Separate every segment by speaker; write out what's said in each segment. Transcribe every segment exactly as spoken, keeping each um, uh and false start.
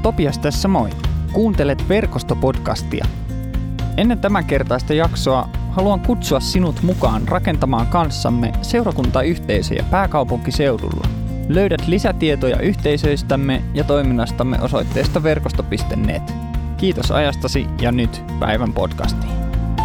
Speaker 1: Topias tässä moi. Kuuntelet Verkosto-podcastia. Ennen tämänkertaista jaksoa haluan kutsua sinut mukaan rakentamaan kanssamme seurakuntayhteisöjä pääkaupunkiseudulla. Löydät lisätietoja yhteisöistämme ja toiminnastamme osoitteesta verkosto piste net. Kiitos ajastasi ja nyt päivän podcastiin.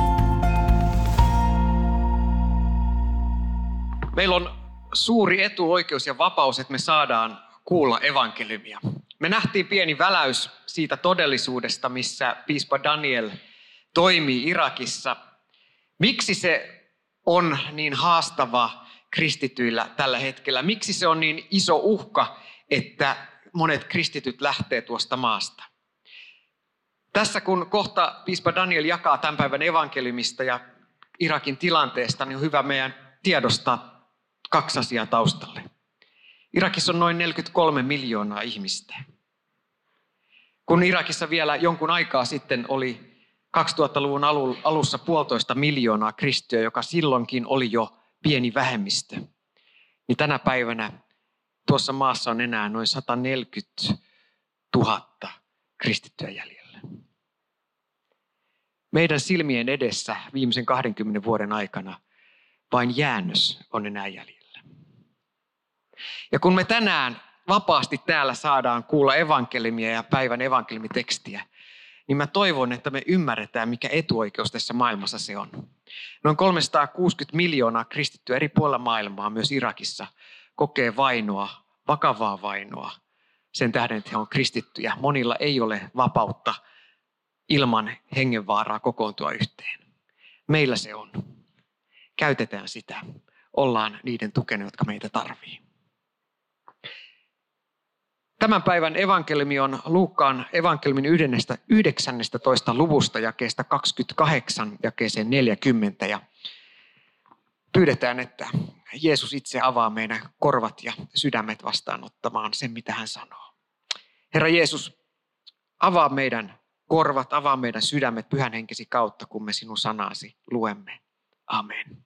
Speaker 2: Meillä on suuri etu, oikeus ja vapaus, että me saadaan kuulla evankeliumia. Me nähtiin pieni väläys siitä todellisuudesta, missä piispa Daniel toimii Irakissa. Miksi se on niin haastava kristityillä tällä hetkellä? Miksi se on niin iso uhka, että monet kristityt lähtee tuosta maasta? Tässä kun kohta piispa Daniel jakaa tämän päivän evankeliumista ja Irakin tilanteesta, niin on hyvä meidän tiedostaa kaksi asiaa taustalle. Irakissa on noin neljäkymmentäkolme miljoonaa ihmistä. Kun Irakissa vielä jonkun aikaa sitten oli kaksituhattaluvun alussa puolitoista miljoonaa kristittyä, joka silloinkin oli jo pieni vähemmistö, niin tänä päivänä tuossa maassa on enää noin sata neljäkymmentätuhatta kristittyä jäljellä. Meidän silmien edessä viimeisen kahdenkymmenen vuoden aikana vain jäännös on enää jäljellä. Ja kun me tänään vapaasti täällä saadaan kuulla evankeliumia ja päivän evankeliumitekstiä, niin mä toivon, että me ymmärretään, mikä etuoikeus tässä maailmassa se on. Noin kolmesataakuusikymmentä miljoonaa kristittyä eri puolilla maailmaa, myös Irakissa, kokee vainoa, vakavaa vainoa sen tähden, että he on kristittyjä. Monilla ei ole vapautta ilman hengenvaaraa kokoontua yhteen. Meillä se on. Käytetään sitä. Ollaan niiden tukena, jotka meitä tarvii. Tämän päivän evankeliumi on Luukkaan evankeliumin yhdeksännestätoista luvusta jakeesta kaksikymmentäkahdeksan jakeeseen neljäkymmentä. Ja pyydetään, että Jeesus itse avaa meidän korvat ja sydämet vastaanottamaan sen, mitä hän sanoo. Herra Jeesus, avaa meidän korvat, avaa meidän sydämet pyhän henkesi kautta, kun me sinun sanasi luemme. Amen.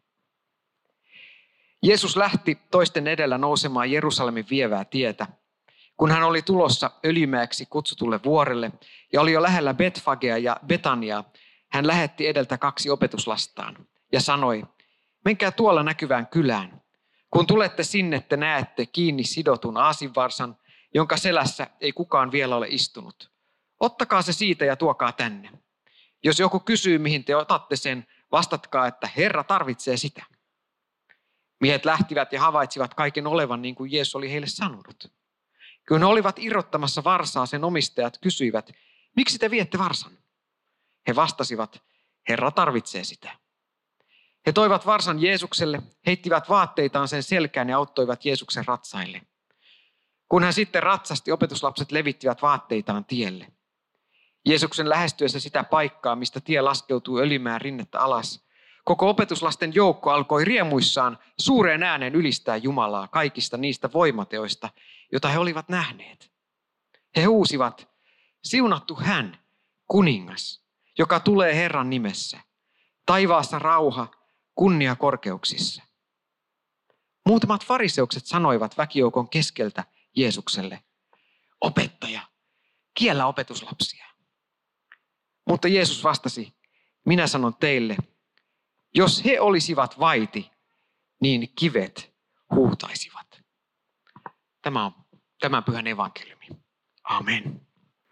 Speaker 2: Jeesus lähti toisten edellä nousemaan Jerusalemin vievää tietä. Kun hän oli tulossa Öljymäeksi kutsutulle vuorelle ja oli jo lähellä Betfagea ja Betaniaa, hän lähetti edeltä kaksi opetuslastaan ja sanoi, menkää tuolla näkyvään kylään. Kun tulette sinne, te näette kiinni sidotun aasinvarsan, jonka selässä ei kukaan vielä ole istunut. Ottakaa se siitä ja tuokaa tänne. Jos joku kysyy, mihin te otatte sen, vastatkaa, että Herra tarvitsee sitä. Miehet lähtivät ja havaitsivat kaiken olevan niin kuin Jeesus oli heille sanonut. Kun he olivat irrottamassa varsaa, sen omistajat kysyivät, miksi te viette varsan? He vastasivat, Herra tarvitsee sitä. He toivat varsan Jeesukselle, heittivät vaatteitaan sen selkään ja auttoivat Jeesuksen ratsaille. Kun hän sitten ratsasti, opetuslapset levittivät vaatteitaan tielle. Jeesuksen lähestyessä sitä paikkaa, mistä tie laskeutui Öljymäen rinnettä alas, koko opetuslasten joukko alkoi riemuissaan suureen ääneen ylistää Jumalaa kaikista niistä voimateoista, jota he olivat nähneet. He huusivat, siunattu hän, kuningas, joka tulee Herran nimessä. Taivaassa rauha, kunnia korkeuksissa. Muutamat fariseukset sanoivat väkijoukon keskeltä Jeesukselle, opettaja, kiellä opetuslapsia. Mutta Jeesus vastasi, minä sanon teille, jos he olisivat vaiti, niin kivet huutaisivat. Tämä on tämän pyhän evankeliumi. Amen.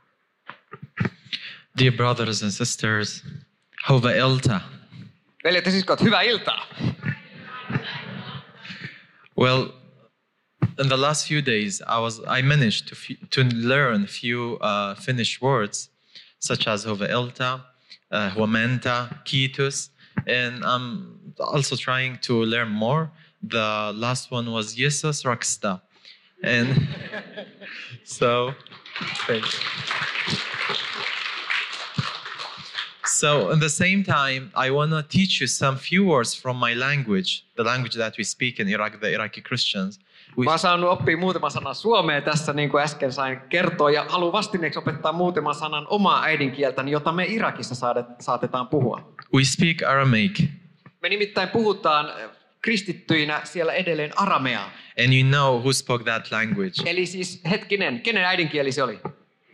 Speaker 3: Dear brothers and sisters, Hyvää iltaa.
Speaker 2: Veljet ja siskot, hyvää iltaa.
Speaker 3: Well, in the last few days, I was I managed to f- to learn few uh, Finnish words, such as Hyvää iltaa, uh, huomenta, kiitos, and I'm also trying to learn more. The last one was Jeesus rakastaa. And so, thank you. So, at the same time, I want to teach you some few words from my language, the language that we speak in Iraq, the Iraqi Christians. We...
Speaker 2: Mä oon saanut oppia muutaman sanan suomea tässä, niin kuin äsken sain kertoa, ja haluan vastineeksi opettaa muutaman sanan omaa äidinkieltäni, jota me Irakissa saatetaan puhua.
Speaker 3: We speak Aramaic.
Speaker 2: Me nimittäin puhutaan kristittyinä siellä edelleen arameaa.
Speaker 3: And you know who spoke that language.
Speaker 2: Eli siis hetkinen, kenen äidinkieli se oli?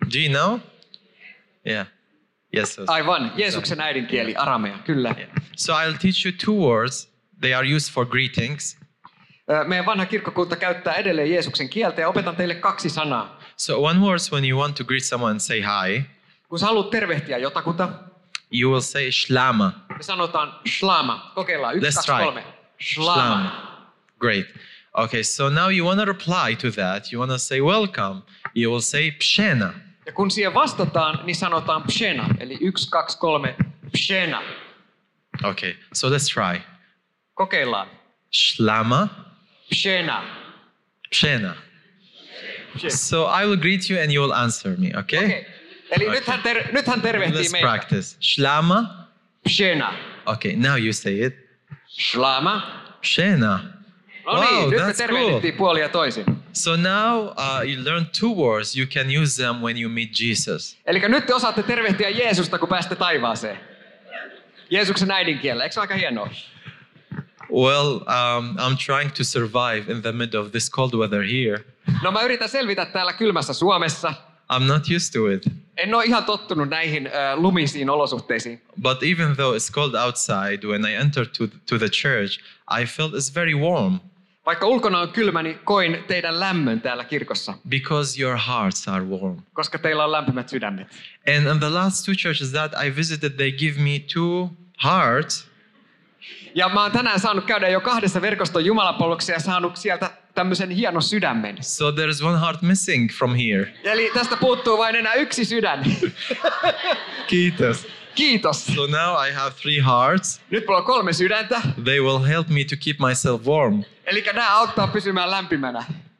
Speaker 3: Do you know? Yeah. Yes. yes.
Speaker 2: Aivan, Jeesuksen äidinkieli, aramea, kyllä.
Speaker 3: Yeah. So I'll teach you two words. They are used for greetings.
Speaker 2: Ö, Meidän vanha kirkkokunta käyttää edelleen Jeesuksen kieltä ja opetan teille kaksi sanaa.
Speaker 3: So one word when you want to greet someone and say hi,
Speaker 2: Kun sä haluat tervehtiä jotakuta,
Speaker 3: you will say shlama.
Speaker 2: me sanotaan shlama. Kokeillaan. Yksi,
Speaker 3: Let's
Speaker 2: kaksi,
Speaker 3: try.
Speaker 2: kolme. Shlama.
Speaker 3: Great. Okay, so now you want to reply to that. You want to say welcome. You will say pshena.
Speaker 2: Ja kun siihen vastataan, niin sanotaan pshena. Eli yksi, kaksi, kolme, pshena.
Speaker 3: Okay, so let's try.
Speaker 2: Kokeillaan.
Speaker 3: Shlama,
Speaker 2: Pshena.
Speaker 3: pshena. So I will greet you and you will answer me, okay?
Speaker 2: Okei. Eli
Speaker 3: Okay.
Speaker 2: nyt, hän ter- nyt hän tervehtii
Speaker 3: Let's
Speaker 2: meitä.
Speaker 3: practice. Shlama.
Speaker 2: Pshena.
Speaker 3: Okay, now you say it.
Speaker 2: Shlama.
Speaker 3: Pshena.
Speaker 2: No niin,
Speaker 3: Wow,
Speaker 2: nyt me
Speaker 3: that's
Speaker 2: tervehdittiin
Speaker 3: cool.
Speaker 2: puolin ja toisin.
Speaker 3: So now uh, you learn two words. You can use them when you meet Jesus.
Speaker 2: Eli nyt te osaatte tervehtiä Jeesusta, kun pääsette taivaaseen. Jeesuksen äidinkielellä. Eikö se ole aika hienoa?
Speaker 3: Well, um, I'm trying to survive in the middle of this cold weather here.
Speaker 2: No mä yritän selvitä täällä kylmässä Suomessa.
Speaker 3: I'm not used to it.
Speaker 2: En ole ihan tottunut näihin äh, lumisiin olosuhteisiin.
Speaker 3: But even though it's cold outside, when I entered to, to the church, I felt it's very warm
Speaker 2: Vaikka ulkona on kylmä, niin koin teidän lämmön täällä kirkossa,
Speaker 3: because your hearts are warm.
Speaker 2: koska teillä on lämpimät sydämet.
Speaker 3: And in the last two churches that I visited, they give me two hearts.
Speaker 2: Ja mä oon tänään saanut käydä jo kahdessa verkoston jumalapalveluksessa ja saanut sieltä tämmöisen hienon sydämen.
Speaker 3: So there's one heart missing from here.
Speaker 2: Eli tästä puuttuu vain enää yksi sydän.
Speaker 3: Kiitos.
Speaker 2: Kiitos.
Speaker 3: So now I have three hearts.
Speaker 2: Nyt mulla on kolme sydäntä.
Speaker 3: They will help me to keep myself warm.
Speaker 2: Eli nämä auttaa pysymään lämpimänä.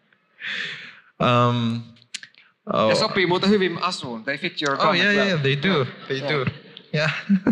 Speaker 3: Um, oh.
Speaker 2: Ja sopii muuten hyvin asuun. They fit your
Speaker 3: Oh
Speaker 2: garment
Speaker 3: yeah,
Speaker 2: well.
Speaker 3: yeah, they do. They
Speaker 2: Yeah.
Speaker 3: do. Yeah.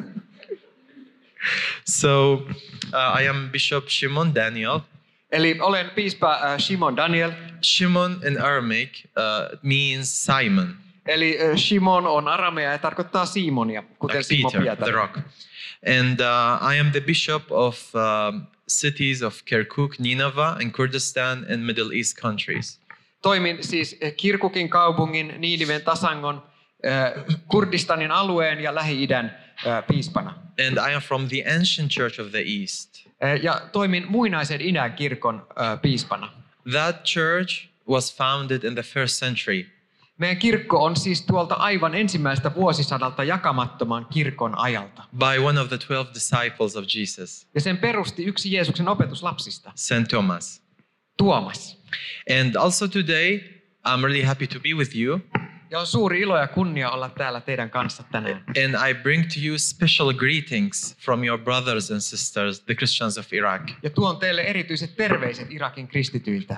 Speaker 3: So uh, I am Bishop Shimon Daniel.
Speaker 2: Eli olen piispa äh, Shimon Daniel.
Speaker 3: Shimon in Aramaic uh, means Simon,
Speaker 2: Eli äh, Shimon on aramea ja tarkoittaa Simonia, kuten
Speaker 3: like
Speaker 2: Simon
Speaker 3: Peter, the
Speaker 2: Pietari.
Speaker 3: rock. And uh, I am the bishop of um, cities of Kirkuk, Nineveh, and Kurdistan and Middle East countries.
Speaker 2: Toimin siis äh, Kirkukin kaupungin, Niiniven tasangon, äh, Kurdistanin alueen ja Lähi-idän äh, piispana.
Speaker 3: And I am from the ancient church of the East.
Speaker 2: Äh, ja toimin muinaisen idän kirkon äh, piispana.
Speaker 3: That church was founded in the first century.
Speaker 2: Meidän kirkko on siis tuolta aivan ensimmäistä vuosisadalta jakamattoman kirkon ajalta.
Speaker 3: By one of the twelve disciples of Jesus,
Speaker 2: Ja sen perusti yksi Jeesuksen opetuslapsista,
Speaker 3: Saint Thomas.
Speaker 2: Tuomas.
Speaker 3: And also today, I'm really happy to be with you.
Speaker 2: Ja on suuri ilo ja kunnia olla täällä teidän kanssa tänään.
Speaker 3: And I bring to you special greetings from your brothers and sisters, the Christians of Iraq.
Speaker 2: Ja tuon teille erityiset terveiset Irakin kristityiltä.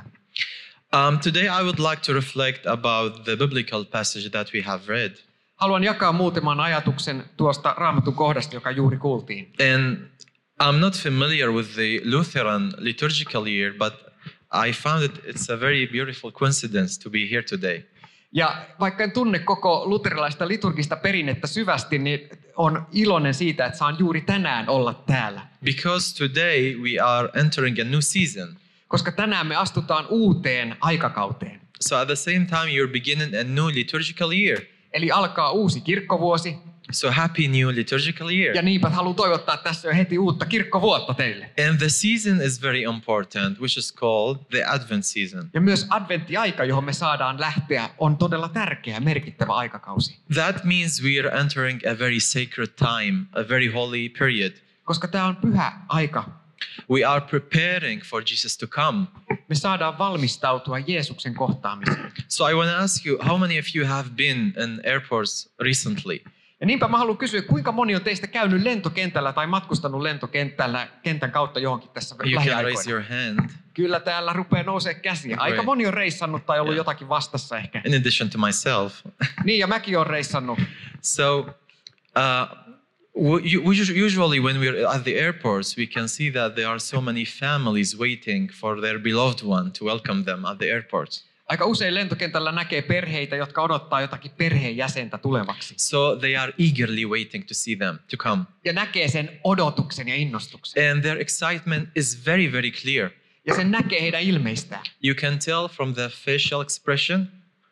Speaker 3: Um, today I would like to reflect about the biblical passage that we have read.
Speaker 2: Haluan jakaa muutaman ajatuksen tuosta Raamatun kohdasta, joka juuri kuultiin.
Speaker 3: And I'm not familiar with the Lutheran liturgical year, but I found it it's a very beautiful coincidence to be here today.
Speaker 2: Ja vaikka en tunne koko luterilaista liturgista perinnettä syvästi, niin on iloinen siitä, että saan juuri tänään olla täällä.
Speaker 3: Because today we are entering a new season.
Speaker 2: Koska tänään me astutaan uuteen aikakauteen.
Speaker 3: So at the same time you're beginning a new liturgical year.
Speaker 2: Eli alkaa uusi kirkkovuosi.
Speaker 3: So happy new liturgical year.
Speaker 2: Ja niinpä haluan toivottaa tässä jo heti uutta kirkkovuotta teille.
Speaker 3: And the season is very important, which is called the Advent season.
Speaker 2: Ja myös adventtiaika, johon me saadaan lähteä, on todella tärkeä, merkittävä aikakausi.
Speaker 3: That means we are entering a very sacred time, a very holy period.
Speaker 2: Koska tämä on pyhä aika.
Speaker 3: We are preparing for Jesus to come.
Speaker 2: Me saadaan valmistautua Jeesuksen kohtaamiseen.
Speaker 3: So I want to ask you, how many of you have been in airports recently?
Speaker 2: Ja niinpä mä haluan kysyä, kuinka moni on teistä käynyt lentokentällä tai matkustanut lentokentällä kentän kautta johonkin tässä
Speaker 3: You can raise
Speaker 2: lähiaikoina?
Speaker 3: your hand.
Speaker 2: Kyllä täällä rupeaa nousemaan käsiä. Aika
Speaker 3: Great.
Speaker 2: moni on reissannut tai ollut
Speaker 3: Yeah.
Speaker 2: jotakin vastassa ehkä.
Speaker 3: In addition to myself.
Speaker 2: Niin, ja mäkin olen reissannut.
Speaker 3: So uh, w- you- we usually when we're at the airports, we can see that there are so many families waiting for their beloved one to welcome them at the airports.
Speaker 2: Aika usein lentokentällä näkee perheitä, jotka odottaa jotakin perheenjäsentä tulevaksi.
Speaker 3: So they are eagerly waiting to see them, to come.
Speaker 2: Ja näkee sen odotuksen ja innostuksen.
Speaker 3: And their excitement is very, very clear.
Speaker 2: Ja sen näkee heidän ilmeistään.
Speaker 3: You can tell from the facial expression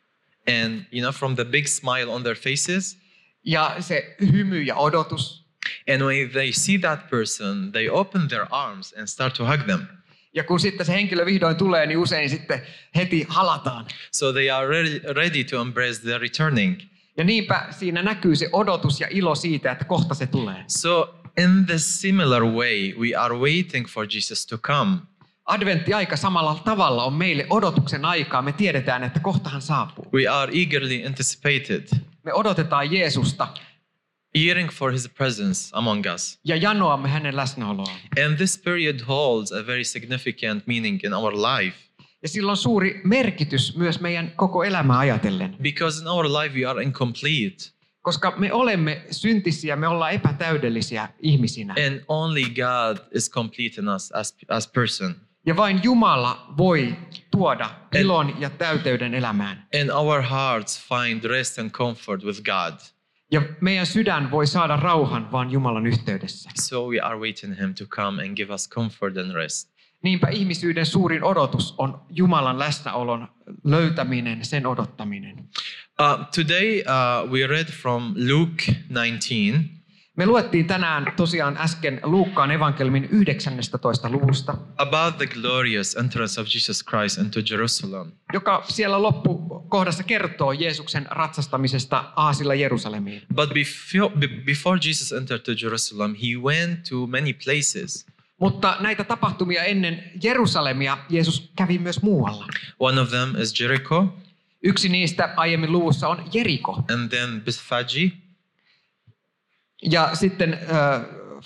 Speaker 3: And you know, from the big smile on their faces,
Speaker 2: ja se hymy ja odotus.
Speaker 3: and when they see that person, they open their arms and start to hug them.
Speaker 2: Ja kun sitten se henkilö vihdoin tulee, niin usein sitten heti halataan.
Speaker 3: So they are ready, ready to embrace the returning.
Speaker 2: Ja niinpä siinä näkyy se odotus ja ilo siitä, että kohta se tulee.
Speaker 3: So in the similar way, we are waiting for Jesus to come.
Speaker 2: Adventti-aika samalla tavalla on meille odotuksen aikaa. Me tiedetään, että kohta hän saapuu.
Speaker 3: We are eagerly anticipated,
Speaker 2: Me odotetaan Jeesusta
Speaker 3: yearning for his presence among us.
Speaker 2: ja janoamme hänen läsnäoloaan.
Speaker 3: And this period holds a very significant meaning in our life.
Speaker 2: Ja sillä on suuri merkitys myös meidän koko elämää ajatellen.
Speaker 3: Because in our life we are incomplete.
Speaker 2: Koska me olemme syntisiä, me ollaan epätäydellisiä ihmisinä.
Speaker 3: And only God is complete in us as, as person.
Speaker 2: Ja vain Jumala voi tuoda ilon ja täyteyden elämään.
Speaker 3: And our hearts find rest and comfort with God.
Speaker 2: Ja meidän sydän voi saada rauhan vaan Jumalan yhteydessä.
Speaker 3: So we are waiting him to come and give us comfort and rest.
Speaker 2: Niinpä ihmisyyden suurin odotus on Jumalan läsnäolon löytäminen, sen odottaminen.
Speaker 3: Uh, today uh, we read from Luke nineteen.
Speaker 2: Me luettiin tänään tosiaan äsken Luukkaan evankeliumin yhdeksännestätoista luvusta,
Speaker 3: about the glorious entrance of Jesus Christ into Jerusalem.
Speaker 2: joka siellä loppukohdassa kertoo Jeesuksen ratsastamisesta aasilla Jerusalemiin.
Speaker 3: But before, be- before Jesus entered to Jerusalem, he went to many places.
Speaker 2: Mutta näitä tapahtumia ennen Jerusalemia Jeesus kävi myös muualla.
Speaker 3: One of them is Jericho,
Speaker 2: Yksi niistä aiemmin luvussa on Jeriko.
Speaker 3: and then Bethphage,
Speaker 2: Ja sitten äh,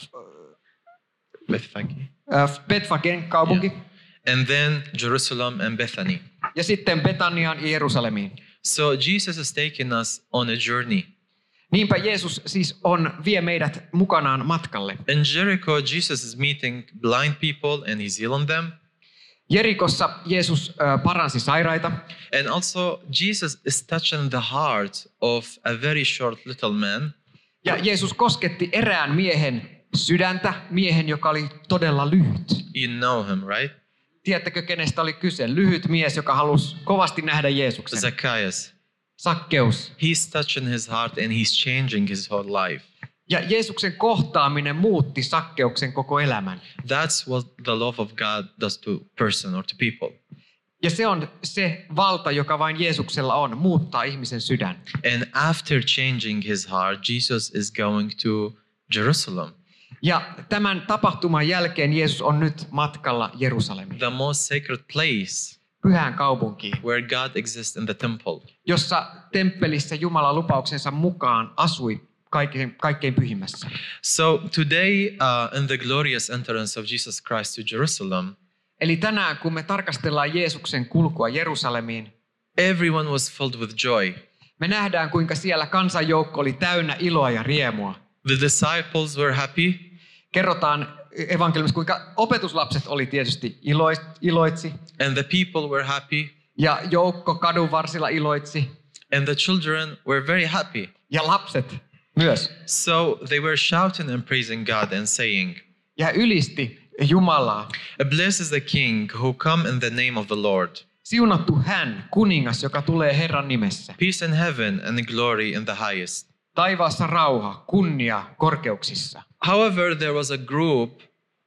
Speaker 3: Bethphage,
Speaker 2: äh, Betfagen kaupunki.
Speaker 3: and then Jerusalem and Bethany.
Speaker 2: Ja sitten Betaniaan ja Jerusalemiin.
Speaker 3: So Jesus is taking us on a journey.
Speaker 2: Niinpä Jeesus siis on, vie meidät mukanaan matkalle.
Speaker 3: In Jericho, Jesus is meeting blind people and he's healing them.
Speaker 2: Jerikossa Jeesus äh, paransi sairaita.
Speaker 3: And also, Jesus is touching the heart of a very short little man.
Speaker 2: Ja Jeesus kosketti erään miehen sydäntä, miehen, joka oli todella lyhyt.
Speaker 3: You know him, right?
Speaker 2: Tiedättekö, kenestä oli kyse? Lyhyt mies, joka halusi kovasti nähdä Jeesuksen.
Speaker 3: Zacchaeus.
Speaker 2: Sakkeus.
Speaker 3: He's touching his heart and he's changing his whole life.
Speaker 2: Ja Jeesuksen kohtaaminen muutti Sakkeuksen koko elämän.
Speaker 3: That's what the love of God does to person or to people.
Speaker 2: Ja se on se valta, joka vain Jeesuksella on, muuttaa ihmisen sydän.
Speaker 3: And after changing his heart, Jesus is going to Jerusalem,
Speaker 2: Ja tämän tapahtuman jälkeen Jeesus on nyt matkalla Jerusalemiin,
Speaker 3: the most sacred place
Speaker 2: pyhään kaupunkiin,
Speaker 3: where God exists in the temple.
Speaker 2: jossa temppelissä Jumala lupauksensa mukaan asui kaikkein, kaikkein pyhimmässä.
Speaker 3: So today, uh, in the glorious entrance of Jesus Christ to Jerusalem,
Speaker 2: Eli tänään, kun me tarkastellaan Jeesuksen kulkua Jerusalemiin,
Speaker 3: everyone was filled with joy.
Speaker 2: me nähdään, kuinka siellä kansanjoukko oli täynnä iloa ja riemua.
Speaker 3: The disciples were happy,
Speaker 2: Kerrotaan evankeliumissa, kuinka opetuslapset oli tietysti iloit, iloitsi,
Speaker 3: and the people were happy,
Speaker 2: ja joukko kadun varsilla iloitsi,
Speaker 3: and the children were very happy.
Speaker 2: ja lapset myös.
Speaker 3: So they were shouting and praising God and saying,
Speaker 2: Ja ylisti Jumalaa.
Speaker 3: "Blessed is the King who come in the name of the Lord.
Speaker 2: Siunattu hän, kuningas, joka tulee Herran nimessä.
Speaker 3: Peace in heaven and glory in the highest."
Speaker 2: Taivaassa rauha, kunnia korkeuksissa.
Speaker 3: However, there was a group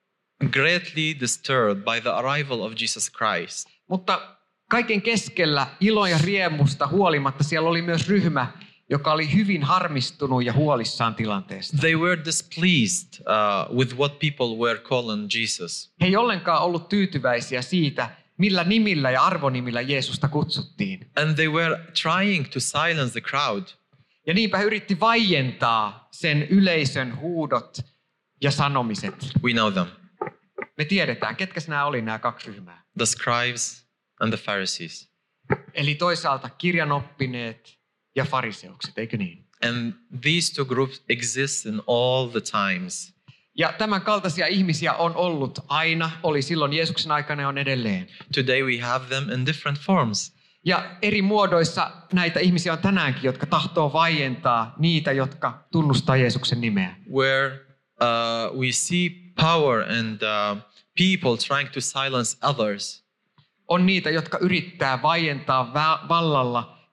Speaker 3: greatly disturbed by the arrival of Jesus Christ.
Speaker 2: Mutta kaiken keskellä ilo ja riemusta huolimatta siellä oli myös ryhmä, joka oli hyvin harmistunut ja huolissaan tilanteesta.
Speaker 3: They were displeased uh, with what people were calling Jesus.
Speaker 2: He ei ollenkaan ollut tyytyväisiä siitä, millä nimillä ja arvonimillä Jeesusta kutsuttiin.
Speaker 3: And they were trying to silence the crowd.
Speaker 2: Ja niinpä he yritti vaientaa sen yleisön huudot ja sanomiset.
Speaker 3: We know them.
Speaker 2: Me tiedetään, ketkä nämä oli nämä kaksi ryhmää.
Speaker 3: The scribes and the Pharisees.
Speaker 2: Eli toisaalta kirjanoppineet ja fariseukset, eikö niin?
Speaker 3: And these two groups exist in all the times.
Speaker 2: Ja tämän kaltaisia ihmisiä on ollut aina, oli silloin Jeesuksen aikana ja on edelleen.
Speaker 3: Today we have them in different forms.
Speaker 2: Ja eri muodoissa näitä ihmisiä on tänäänkin, jotka tahtoo vaientaa niitä, jotka tunnustaa Jeesuksen nimeä.
Speaker 3: Where uh, we see power and uh, people trying to silence others.
Speaker 2: On niitä, jotka yrittää vaientaa vä- vallalla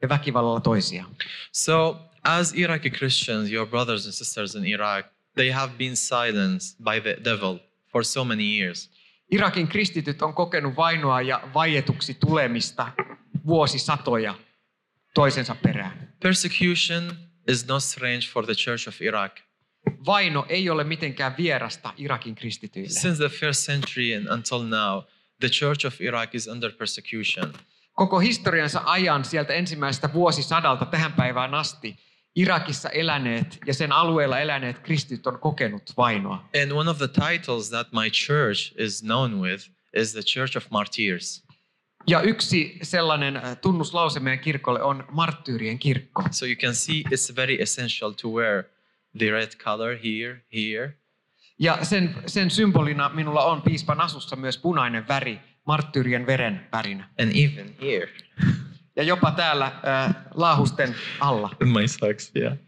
Speaker 2: ja väkivallalla toisia.
Speaker 3: So, as Iraqi Christians, your brothers and sisters in Iraq, they have been silenced by the devil for so many years.
Speaker 2: Irakin kristityt on kokenut vainoa ja vaietuksi tulemista vuosisatoja toisensa perään.
Speaker 3: Persecution is not strange for the Church of Iraq.
Speaker 2: Vaino ei ole mitenkään vierasta Irakin kristityille.
Speaker 3: Since the first century and until now, the Church of Iraq is under persecution.
Speaker 2: Koko historiansa ajan sieltä ensimmäisestä vuosisadalta tähän päivään asti Irakissa eläneet ja sen alueella eläneet kristityt on kokenut vainoa.
Speaker 3: And one of the titles that my church is known with is the Church of Martyrs.
Speaker 2: Ja yksi sellainen tunnuslause meidän kirkolle on marttyyrien kirkko.
Speaker 3: So you can see it's very essential to wear the red color here, here.
Speaker 2: Ja sen, sen symbolina minulla on piispan asussa myös punainen väri, marttyyrien veren värinä.
Speaker 3: And even here.
Speaker 2: Ja jopa täällä äh, laahusten alla.
Speaker 3: In my socks, yeah.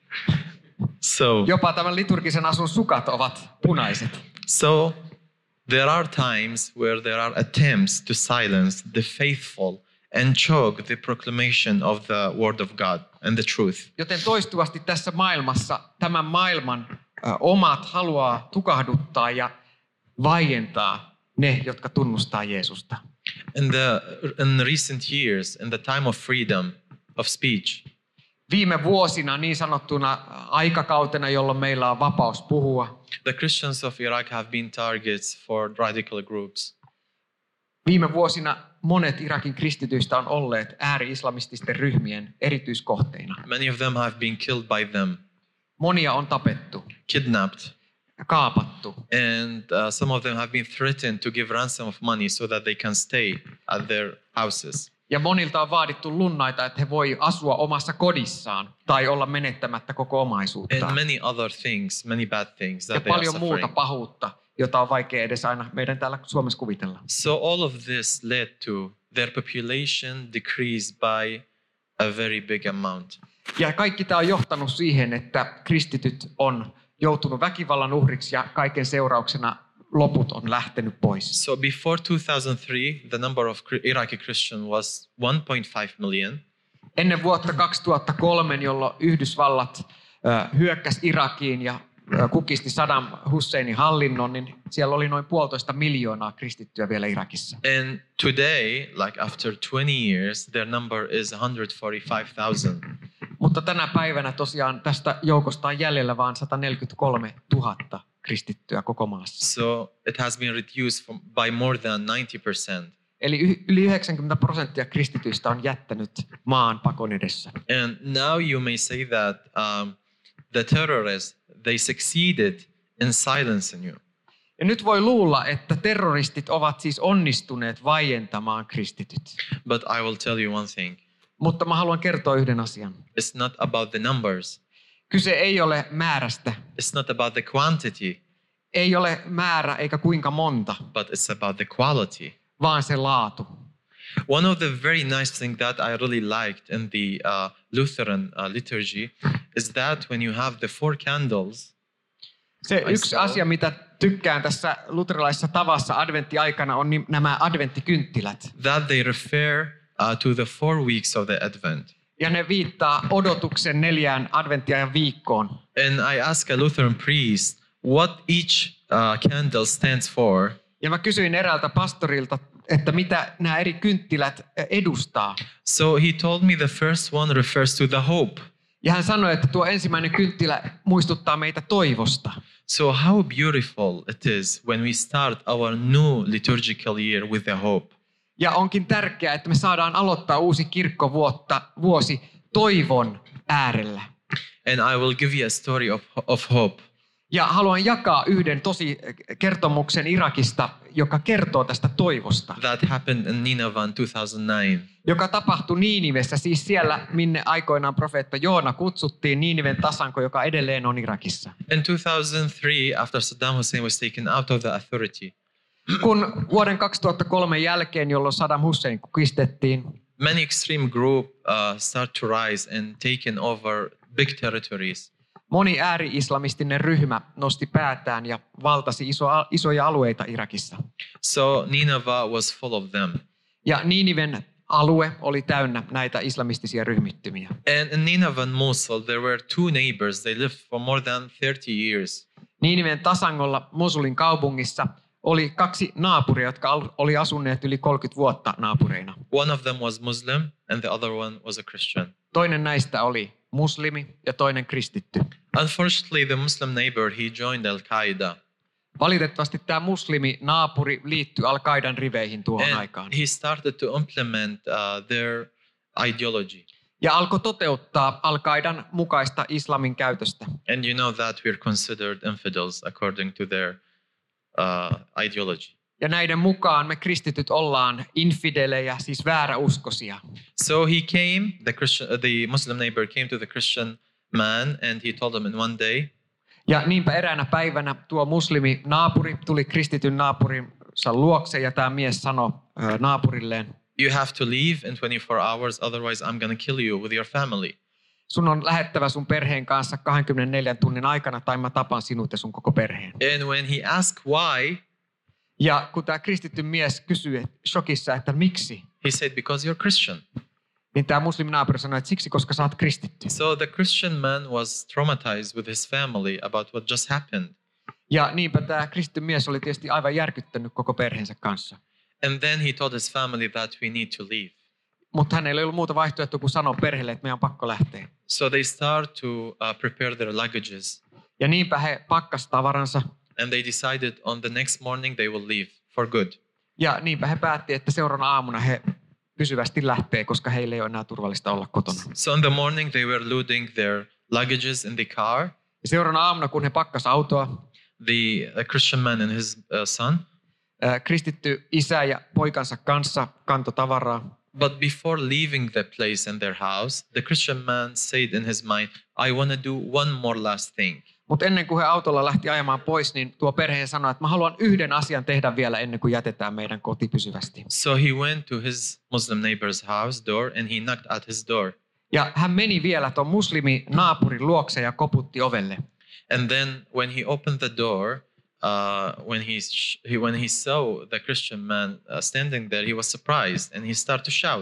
Speaker 3: So,
Speaker 2: Jopa tämän liturgisen asun sukat ovat punaiset.
Speaker 3: so there are times where there are attempts to silence the faithful and choke the proclamation of the word of God and the truth.
Speaker 2: Joten toistuvasti tässä maailmassa tämän maailman äh, omat haluaa tukahduttaa ja vaientaa ne, jotka tunnustaa Jeesusta.
Speaker 3: In the in recent years, in the time of freedom of speech,
Speaker 2: Viime vuosina niin sanottuna aikakautena, jolloin meillä on vapaus puhua,
Speaker 3: the Christians of Iraq have been targets for radical groups.
Speaker 2: viime vuosina monet Irakin kristityistä on olleet ääri-islamististen ryhmien erityiskohteina.
Speaker 3: Many of them have been killed by them,
Speaker 2: Monia on tapettu,
Speaker 3: kidnapped,
Speaker 2: kaapattu.
Speaker 3: and uh, some of them have been threatened to give ransom of money so that they can stay at their houses.
Speaker 2: Ja monilta on vaadittu lunnaita, että he voi asua omassa kodissaan tai olla menettämättä koko
Speaker 3: And
Speaker 2: omaisuuttaan.
Speaker 3: many other things, many bad things
Speaker 2: Ja
Speaker 3: that they are
Speaker 2: paljon muuta
Speaker 3: suffering.
Speaker 2: pahuutta, jota on vaikea edes aina meidän täällä Suomessa kuvitella.
Speaker 3: So all of this led to their population decreased by a very big amount.
Speaker 2: Ja kaikki tämä on johtanut siihen, että kristityt on joutunut väkivallan uhriksi ja kaiken seurauksena loput on lähtenyt pois.
Speaker 3: So before two thousand three, the number of Iraqi Christians was one point five million.
Speaker 2: Ennen vuotta kaksituhattakolme, jolloin Yhdysvallat ö, hyökkäsi Irakiin ja ö, kukisti Saddam Husseinin hallinnon, niin siellä oli noin puolitoista miljoonaa kristittyä vielä Irakissa.
Speaker 3: And today, like after twenty years, their number is one hundred forty-five thousand.
Speaker 2: Mutta tänä päivänä tosiaan tästä joukosta on jäljellä vain sata neljäkymmentäkolme tuhatta kristittyä koko maassa.
Speaker 3: So it has been reduced from, by more than ninety percent.
Speaker 2: Eli y- yli yhdeksänkymmentä prosenttia kristityistä on jättänyt maan pakon edessä.
Speaker 3: And now you may say that um, the terrorists, they succeeded in silencing you.
Speaker 2: Ja nyt voi luulla, että terroristit ovat siis onnistuneet vaientamaan kristityt.
Speaker 3: But I will tell you one thing.
Speaker 2: Mutta mä haluan kertoa yhden asian.
Speaker 3: It's not about the numbers.
Speaker 2: Kyse ei ole määrästä,
Speaker 3: It's not about the quantity,
Speaker 2: ei ole määrä eikä kuinka monta,
Speaker 3: but it's about the quality.
Speaker 2: vaan se laatu.
Speaker 3: One of the very nice things that I really liked in the uh, Lutheran uh, liturgy is that when you have the four candles,
Speaker 2: Se
Speaker 3: Ai
Speaker 2: yksi
Speaker 3: se on.
Speaker 2: asia, mitä tykkään tässä luterilaisessa tavassa adventtiaikana, on ni- nämä adventtikynttilät.
Speaker 3: that they refer uh, to the four weeks of the Advent.
Speaker 2: Ja ne viittaa odotuksen neljään adventtiajan viikkoon.
Speaker 3: And I asked a Lutheran priest what each uh, candle stands for.
Speaker 2: Ja mä kysyin eräältä pastorilta, että mitä nämä eri kynttilät edustaa.
Speaker 3: So he told me the first one refers to the hope.
Speaker 2: Ja hän sanoi, että tuo ensimmäinen kynttilä muistuttaa meitä toivosta.
Speaker 3: So how beautiful it is when we start our new liturgical year with the hope.
Speaker 2: Ja onkin tärkeää, että me saadaan aloittaa uusi kirkkovuotta, vuosi toivon äärellä.
Speaker 3: And I will give you a story of, of hope.
Speaker 2: Ja haluan jakaa yhden tosi kertomuksen Irakista, joka kertoo tästä toivosta.
Speaker 3: That happened in Nineveh in two thousand nine.
Speaker 2: Joka tapahtui Niinivessä, siis siellä, minne aikoinaan profeetta Joona kutsuttiin, Niiniven tasanko, joka edelleen on Irakissa.
Speaker 3: In two thousand three, after Saddam Hussein was taken out of the authority,
Speaker 2: Kun vuoden kaksituhattakolme jälkeen, jolloin Saddam Hussein kukistettiin,
Speaker 3: many extreme groups uh, start to rise and taken over big territories.
Speaker 2: moni ääri-islamistinen ryhmä nosti päätään ja valtasi iso, isoja alueita Irakissa.
Speaker 3: So Nineveh was full of them.
Speaker 2: Ja Niiniven alue oli täynnä näitä islamistisia ryhmittymiä.
Speaker 3: And in Nineveh and Mosul, there were two neighbors. They lived for more than thirty years.
Speaker 2: Niiniven tasangolla Mosulin kaupungissa oli kaksi naapuria, jotka oli asuneet yli kolmekymmentä vuotta naapureina.
Speaker 3: One of them was Muslim and the other one was a Christian.
Speaker 2: Toinen näistä oli muslimi ja toinen kristitty.
Speaker 3: Unfortunately, the Muslim neighbor, he joined Al-Qaeda.
Speaker 2: Valitettavasti tämä muslimi naapuri liittyi Al-Qaidan riveihin tuohon
Speaker 3: And
Speaker 2: aikaan.
Speaker 3: he started to implement uh, their ideology.
Speaker 2: Ja alkoi toteuttaa Al-Qaidan mukaista islamin käytöstä.
Speaker 3: And you know that we're considered infidels according to their uh, ideology.
Speaker 2: Ja näiden mukaan me kristityt ollaan infidelejä, siis vääräuskoisia.
Speaker 3: So he came, the Christian, uh, the Muslim neighbor came to the Christian man and he told him in one day,
Speaker 2: Ja niinpä eräänä päivänä tuo muslimi naapuri tuli kristityn naapurinsa luokse ja tämä mies sanoi ö, naapurilleen,
Speaker 3: you have to leave in twenty-four hours, otherwise I'm going to kill you with your family.
Speaker 2: sun on lähettävä sun perheen kanssa kaksikymmentäneljän tunnin aikana tai mä tapan sinut ja sun koko perheen.
Speaker 3: And when he asked why,
Speaker 2: Ja kun tämä kristitty mies kysyi shokissa, että miksi,
Speaker 3: he said, because you're Christian.
Speaker 2: niin tämä muslimi naapuri sanoi, että siksi, koska sä oot kristitty.
Speaker 3: So the Christian man was traumatized with his family about what just happened.
Speaker 2: Ja niinpä tämä kristitty mies oli tietysti aivan järkyttänyt koko perheensä kanssa.
Speaker 3: And then he told his family that we need to leave.
Speaker 2: Mutta hänellä ei ollut muuta vaihtoehtoa kuin sanoa perheelle, että meidän on pakko lähteä.
Speaker 3: So they start to uh, prepare their luggages.
Speaker 2: Ja niinpä he pakkas tavaransa.
Speaker 3: And they decided on the next morning they will leave for good.
Speaker 2: Ja niinpä he päätti, että seuraavana aamuna he pysyvästi lähtee, koska heille ei ole enää turvallista olla kotona.
Speaker 3: So in the morning they were loading their luggages in the car.
Speaker 2: Ja seuraavana aamuna, kun he pakkas autoa,
Speaker 3: The uh, Christian man and his uh, son.
Speaker 2: ää, kristitty isä ja poikansa kanssa kantoi tavaraa.
Speaker 3: But before leaving the place and their house, the Christian man said in his mind, I want to do one more last thing.
Speaker 2: Mutta ennen kuin he autolla lähti ajamaan pois, niin tuo perhe sanoi, että mä haluan yhden asian tehdä vielä ennen kuin jätetään meidän koti pysyvästi.
Speaker 3: So he went to his Muslim neighbor's house door and he knocked at his door.
Speaker 2: Ja hän meni vielä tuon muslimi naapurin luokse ja koputti ovelle.
Speaker 3: And then when he opened the door, uh, when, he, sh- he, when he saw the Christian man uh, standing there, he was surprised and he started to shout.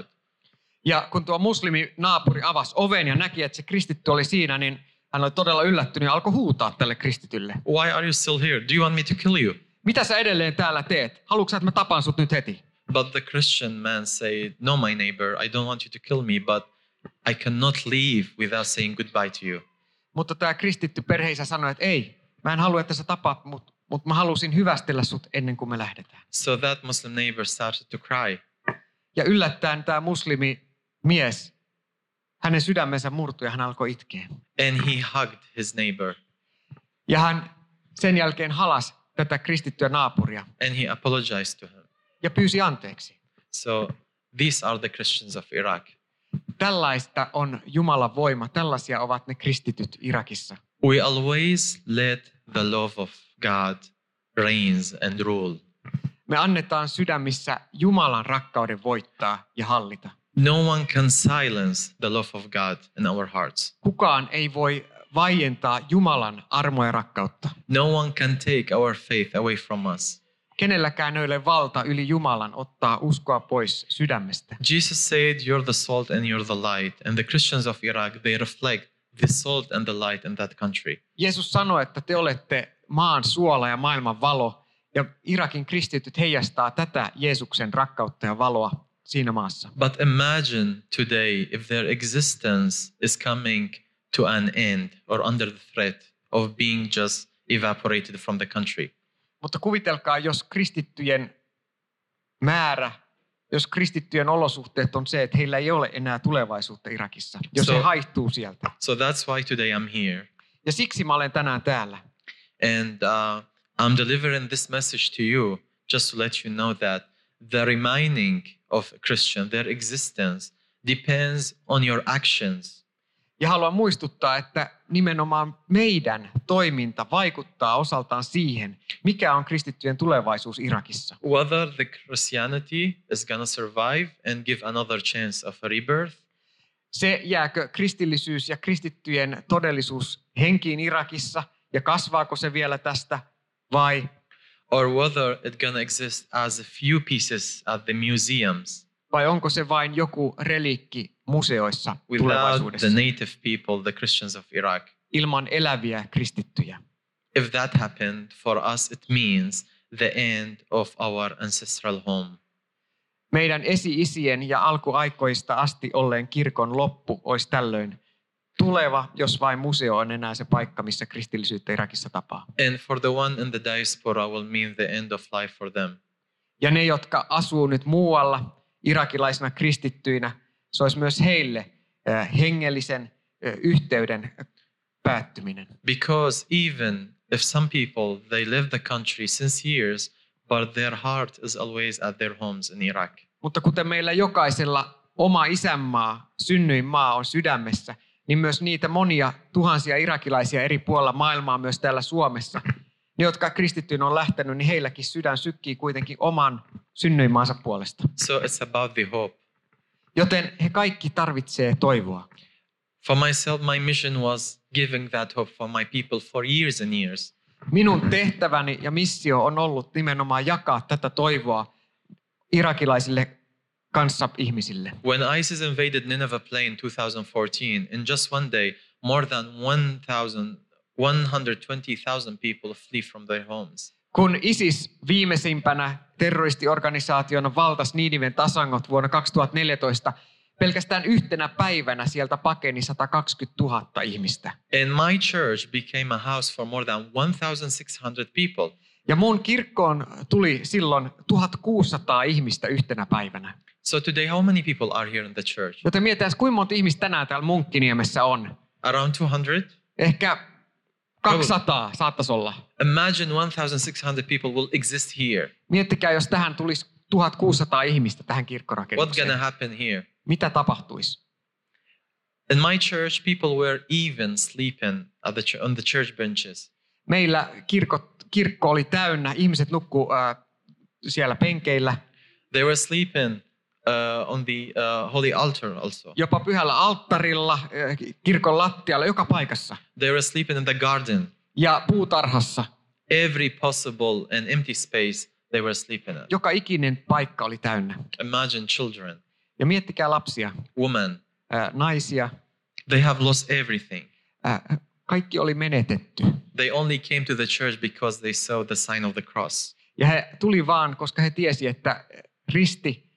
Speaker 2: Ja kun tuo muslimi naapuri avasi oven ja näki, että se kristitty oli siinä, niin hän oli todella yllättynyt ja alkoi huutaa tälle kristitylle.
Speaker 3: Why are you still here? Do you want me to kill you?
Speaker 2: Mitä sä edelleen täällä teet? Haluatko sä, että mä tapan sut nyt heti?
Speaker 3: But the Christian man said, no, my neighbor, I don't want you to kill me, but I cannot leave without saying goodbye to you.
Speaker 2: Mutta tämä kristitty perheisä sanoi, että ei, mä en halua, että sä tapaat mut, mutta mä halusin hyvästellä sut ennen kuin me lähdetään.
Speaker 3: So that Muslim neighbor started to cry.
Speaker 2: Ja yllättäen tämä muslimi mies, hänen sydämensä murtui ja hän alkoi itkeä.
Speaker 3: And he hugged his neighbor
Speaker 2: Ja hän sen jälkeen halasi tätä kristittyä naapuria
Speaker 3: and he apologized to him.
Speaker 2: ja pyysi anteeksi.
Speaker 3: So these are the Christians of Iraq.
Speaker 2: Tällaista on Jumalan voima, tällaisia ovat ne kristityt Irakissa.
Speaker 3: We always let the love of God reigns and rule.
Speaker 2: Me annetaan sydämissä Jumalan rakkauden voittaa ja hallita.
Speaker 3: No one can silence the love of God in our hearts.
Speaker 2: Kukaan ei voi vaientaa Jumalan armoa ja rakkautta.
Speaker 3: No one can take our faith away from us.
Speaker 2: Kenelläkään ei ole valta yli Jumalan ottaa uskoa pois sydämestä.
Speaker 3: Jesus said, you're the salt and you're the light. And the Christians of Iraq, they reflect the salt and the light in that country.
Speaker 2: Jeesus sanoi, että te olette maan suola ja maailman valo. Ja Irakin kristityt heijastaa tätä Jeesuksen rakkautta ja valoa siinä maassa.
Speaker 3: But imagine today if their existence is coming to an end or under the threat of being just evaporated from the country.
Speaker 2: Mutta kuvitelkaa, jos kristittyjen määrä, jos kristittyjen olosuhteet on se, että heillä ei ole enää tulevaisuutta Irakissa, jos
Speaker 3: So-
Speaker 2: he haihtuu sieltä.
Speaker 3: So that's why today I'm here.
Speaker 2: Ja siksi mä olen tänään täällä.
Speaker 3: And uh, I'm delivering this message to you just to let you know that the remaining of a Christian, their existence, depends on your actions.
Speaker 2: Ja haluan muistuttaa, että nimenomaan meidän toiminta vaikuttaa osaltaan siihen, mikä on kristittyjen tulevaisuus Irakissa.
Speaker 3: Whether the Christianity is going to survive and give another chance of a rebirth,
Speaker 2: Se jääkö kristillisyys ja kristittyjen todellisuus henkiin Irakissa ja kasvaako se vielä tästä vai
Speaker 3: or whether it's going to exist as a few pieces at the museums.
Speaker 2: vai onko se vain joku reliikki museoissa
Speaker 3: without
Speaker 2: tulevaisuudessa
Speaker 3: the native people, the Christians of Iraq.
Speaker 2: ilman eläviä kristittyjä?
Speaker 3: If that happened, for us it means the end of our ancestral home.
Speaker 2: Meidän esi-isien ja alkuaikoista asti olleen kirkon loppu olisi tällöin tuleva, jos vain museo on enää se paikka, missä kristillisyyttä Irakissa tapaa.
Speaker 3: And for the one in the diaspora will mean the end of life for them.
Speaker 2: Ja ne, jotka asuu nyt muualla irakilaisina kristittyinä, se olisi myös heille äh, hengellisen äh, yhteyden päättyminen.
Speaker 3: Because even if some people, they live the country since years, but their heart is always at their homes in Iraq.
Speaker 2: Mutta kuten meillä jokaisella oma isänmaa, synnyinmaa on sydämessä, niin myös niitä monia tuhansia irakilaisia eri puolilla maailmaa, myös täällä Suomessa, ne, jotka kristittyyn on lähtenyt, niin heilläkin sydän sykkii kuitenkin oman synnyinmaansa puolesta.
Speaker 3: So it's about the hope.
Speaker 2: Joten he kaikki tarvitsee toivoa.
Speaker 3: For myself, my mission was giving that hope for my people for years and years.
Speaker 2: Minun tehtäväni ja missio on ollut nimenomaan jakaa tätä toivoa irakilaisille kanssaihmisille.
Speaker 3: When ISIS invaded Nineveh Plain in two thousand fourteen, in just one day, more than one hundred twenty thousand people flee from their homes.
Speaker 2: Kun ISIS viimeisimpänä terroristiorganisaationa valtasi Niiniven tasangot vuonna kaksituhattaneljätoista, pelkästään yhtenä päivänä sieltä pakeni sata kaksikymmentätuhatta ihmistä.
Speaker 3: And my church became a house for more than one thousand six hundred people.
Speaker 2: Ja mun kirkkoon tuli silloin tuhatkuusisataa ihmistä yhtenä päivänä.
Speaker 3: So today, how many people are here in the church?
Speaker 2: Joten mietitään, kuinka monta ihmistä tänään täällä Munkkiniemessä on.
Speaker 3: Around two hundred?
Speaker 2: Ehkä kaksisataa saattaisi olla.
Speaker 3: Imagine one thousand six hundred people will exist here.
Speaker 2: Miettikää, jos tähän tulisi tuhatkuusisataa ihmistä tähän
Speaker 3: What's
Speaker 2: kirkkorakennukseen.
Speaker 3: gonna happen here?
Speaker 2: Mitä tapahtuisi?
Speaker 3: In my church, people were even sleeping at the ch- on the church benches.
Speaker 2: Meillä kirkko, kirkko oli täynnä, ihmiset nukkuu äh, siellä penkeillä.
Speaker 3: They were sleeping uh, on the uh, holy altar also.
Speaker 2: Jopa pyhällä alttarilla, äh, kirkon lattialla, joka paikassa.
Speaker 3: They were sleeping in the garden.
Speaker 2: Ja puutarhassa.
Speaker 3: Every possible and empty space they were sleeping in.
Speaker 2: Joka ikinen paikka oli täynnä.
Speaker 3: Imagine children,
Speaker 2: Ja miettikää lapsia,
Speaker 3: women.
Speaker 2: äh, naisia.
Speaker 3: They have lost everything.
Speaker 2: Äh, kaikki oli menetetty.
Speaker 3: They only came to the church because they saw the sign of the cross.
Speaker 2: Ja he tuli vaan, koska he tiesi, että risti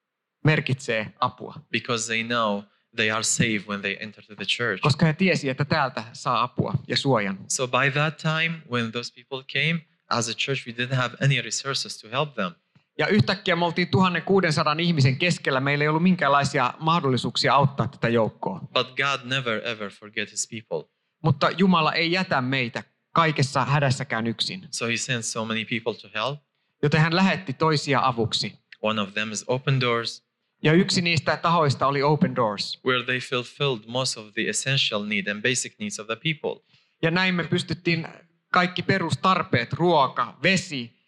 Speaker 2: merkitsee apua.
Speaker 3: Because they know they are safe when they enter to the church.
Speaker 2: Koska he tiesi, että täältä saa apua ja suojan.
Speaker 3: So by that time, when those people came, as a church, we didn't have any resources to help them.
Speaker 2: Ja yhtäkkiä me oltiin tuhatkuusisataa ihmisen keskellä. Meillä ei ollut minkäänlaisia mahdollisuuksia auttaa tätä joukkoa.
Speaker 3: But God never ever forget his people.
Speaker 2: Mutta Jumala ei jätä meitä kaikessa hädässäkään yksin.
Speaker 3: So he sent so many people to help.
Speaker 2: Joten hän lähetti toisia avuksi.
Speaker 3: One of them is Open Doors,
Speaker 2: Ja yksi niistä tahoista oli Open Doors.
Speaker 3: where they fulfilled most of the essential need and basic needs of the people.
Speaker 2: Ja näin me pystyttiin kaikki perustarpeet, ruoka, vesi,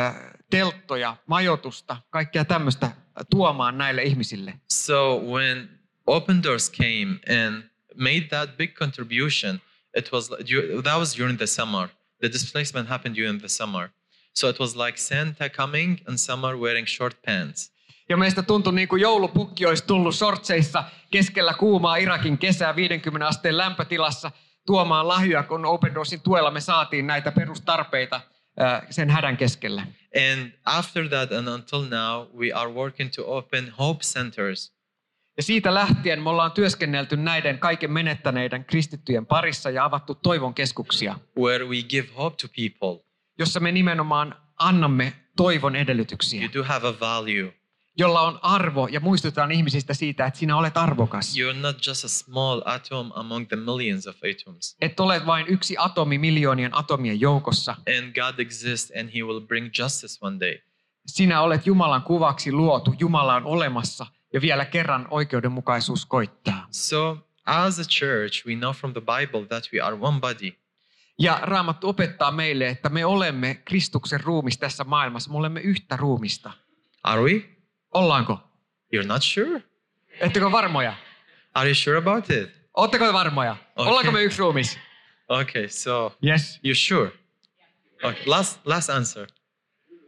Speaker 2: telttoja, majoitusta, kaikkea tämmöistä tuomaan näille ihmisille.
Speaker 3: So when Open Doors came and made that big contribution, it was that was during the summer. The displacement happened during the summer. So it was like Santa coming in summer wearing short pants.
Speaker 2: Ja meistä tuntui niin kuin joulupukki olisi tullut shortseissa keskellä kuumaa Irakin kesää viidenkymmenen asteen lämpötilassa tuomaan lahjoja, kun Open Doorsin tuella me saatiin näitä perustarpeita sen hädän keskellä.
Speaker 3: And after that and until now, we are working to open hope centers.
Speaker 2: Ja siitä lähtien me ollaan työskennelty näiden kaiken menettäneiden kristittyjen parissa ja avattu toivon keskuksia,
Speaker 3: where we give hope to people.
Speaker 2: jossa me nimenomaan annamme toivon edelytyksiä,
Speaker 3: You do have a value.
Speaker 2: jolla on arvo ja muistutetaan ihmisistä siitä, että sinä olet arvokas.
Speaker 3: You're not just a small atom among the millions of atoms.
Speaker 2: Et ole vain yksi atomi miljoonien atomien joukossa.
Speaker 3: And God exists and he will bring justice one day.
Speaker 2: Sinä olet Jumalan kuvaksi luotu, Jumala on olemassa ja vielä kerran oikeudenmukaisuus koittaa.
Speaker 3: So as a church, we know from the Bible that we are one body.
Speaker 2: Ja Raamattu opettaa meille, että me olemme Kristuksen ruumis tässä maailmassa. Me olemme yhtä ruumista.
Speaker 3: Are we?
Speaker 2: Ollaanko?
Speaker 3: You're not sure?
Speaker 2: Ettekö varmoja?
Speaker 3: Are you sure about it?
Speaker 2: Oletteko varmoja?
Speaker 3: Okay.
Speaker 2: Ollaanko me yksi ruumis?
Speaker 3: Okay, so
Speaker 2: Yes.
Speaker 3: you're sure? Okay, last last answer.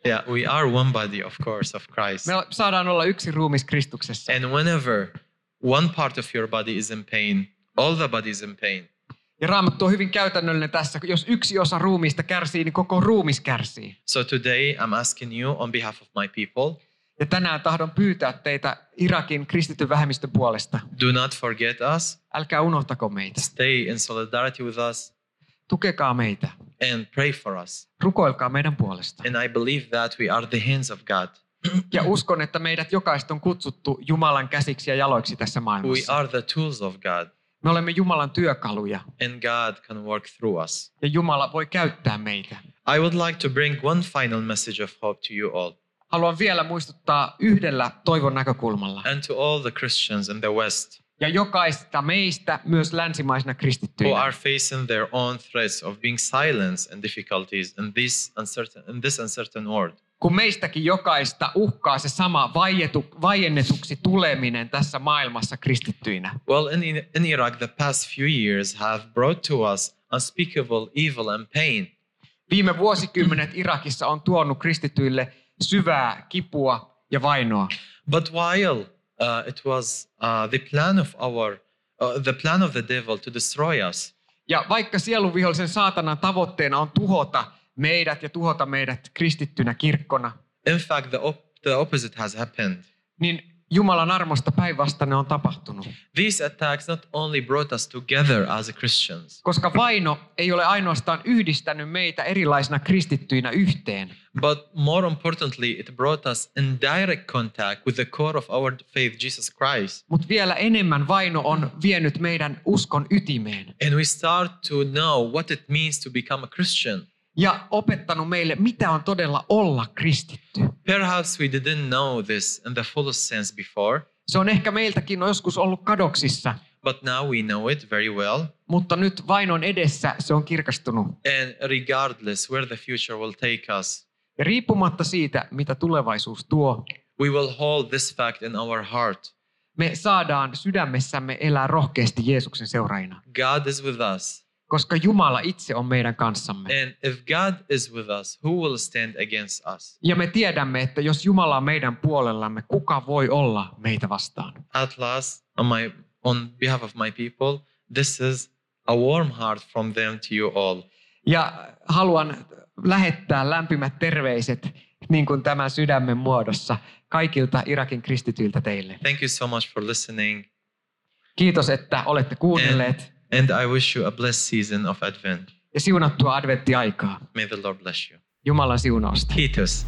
Speaker 3: Yeah, we are one body, of course, of Christ.
Speaker 2: Me saadaan olla yksi ruumis Kristuksessa.
Speaker 3: And whenever one part of your body is in pain, all the body is in pain.
Speaker 2: Ja Raamattu on hyvin käytännöllinen tässä. Jos yksi osa ruumiista kärsii, niin koko ruumis kärsii.
Speaker 3: So today I'm asking you on behalf of my people.
Speaker 2: Ja tänään tahdon pyytää teitä Irakin kristityn vähemmistön puolesta.
Speaker 3: Do not forget us.
Speaker 2: Älkää unohtako meitä.
Speaker 3: Stay in solidarity with us
Speaker 2: Tukekaa meitä.
Speaker 3: and pray for us.
Speaker 2: Rukoilkaa meidän puolesta.
Speaker 3: And I believe that we are the hands of God.
Speaker 2: Ja uskon, että meidät jokaista on kutsuttu Jumalan käsiksi ja jaloiksi tässä
Speaker 3: We
Speaker 2: maailmassa.
Speaker 3: are the tools of God.
Speaker 2: Me olemme Jumalan työkaluja
Speaker 3: And God can work through us.
Speaker 2: ja Jumala voi käyttää meitä.
Speaker 3: I would like to bring one final message of hope to you all
Speaker 2: Haluan vielä muistuttaa yhdellä toivon näkökulmalla.
Speaker 3: and to all the Christians in the West
Speaker 2: Ja jokaista meistä myös länsimaisina
Speaker 3: who
Speaker 2: kristittyinä,
Speaker 3: are facing their own threats of being silenced and difficulties in this uncertain, in this uncertain world.
Speaker 2: kun meistäkin jokaista uhkaa se sama vaietu, vaiennetuksi tuleminen tässä maailmassa kristittyinä.
Speaker 3: Well, in, in Iraq, the past few years have brought to us unspeakable evil and pain.
Speaker 2: Viime vuosikymmenet Irakissa on tuonut kristityille syvää kipua ja vainoa.
Speaker 3: But while uh, it was uh, the plan of our, uh, the plan of the devil to destroy us,
Speaker 2: Ja vaikka sielunvihollisen saatanan tavoitteena on tuhota meidät ja tuhota meidät kristittynä kirkkona,
Speaker 3: in fact, the, op- the opposite has happened.
Speaker 2: niin Jumalan armosta päinvastainen on tapahtunut.
Speaker 3: These attacks not only brought us together as Christians,
Speaker 2: Koska vaino ei ole ainoastaan yhdistänyt meitä erilaisina kristittyinä yhteen,
Speaker 3: but more importantly, it brought us in direct contact with the core of our faith, Jesus Christ.
Speaker 2: mutta vielä enemmän vaino on vienyt meidän uskon ytimeen
Speaker 3: And we start to know what it means to become a Christian.
Speaker 2: ja opettanut meille, mitä on todella olla kristitty.
Speaker 3: Perhaps we didn't know this in the fullest sense before,
Speaker 2: Se on ehkä meiltäkin joskus ollut kadoksissa,
Speaker 3: but now we know it very well.
Speaker 2: mutta nyt vainon edessä se on kirkastunut.
Speaker 3: And regardless where the future will take us,
Speaker 2: Ja riippumatta siitä, mitä tulevaisuus tuo,
Speaker 3: we will hold this fact in our heart.
Speaker 2: me saadaan sydämessämme elää rohkeasti Jeesuksen seuraajina.
Speaker 3: God is with us.
Speaker 2: Koska Jumala itse on meidän kanssamme.
Speaker 3: And if God is with us, who will stand against us?
Speaker 2: Ja me tiedämme, että jos Jumala on meidän puolellamme, kuka voi olla meitä vastaan?
Speaker 3: At last, on, my, on behalf of my people, this is a warm heart from them to you all.
Speaker 2: Ja haluan lähettää lämpimät terveiset niin kuin tämän sydämen muodossa kaikilta Irakin kristityiltä teille.
Speaker 3: Thank you so much for listening.
Speaker 2: Kiitos, että olette kuunnelleet
Speaker 3: And I wish you a blessed season of Advent.
Speaker 2: ja siunattua adventtiaikaa.
Speaker 3: May the Lord bless you.
Speaker 2: Jumalan siunausta.
Speaker 3: Kiitos.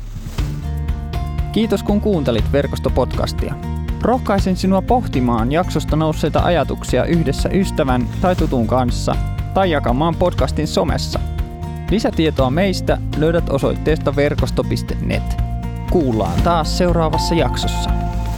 Speaker 1: Kiitos kun kuuntelit Verkosto-podcastia. Rohkaisen sinua pohtimaan jaksosta nousseita ajatuksia yhdessä ystävän tai tutun kanssa tai jakamaan podcastin somessa. Lisätietoa meistä löydät osoitteesta verkosto piste net. Kuullaan taas seuraavassa jaksossa.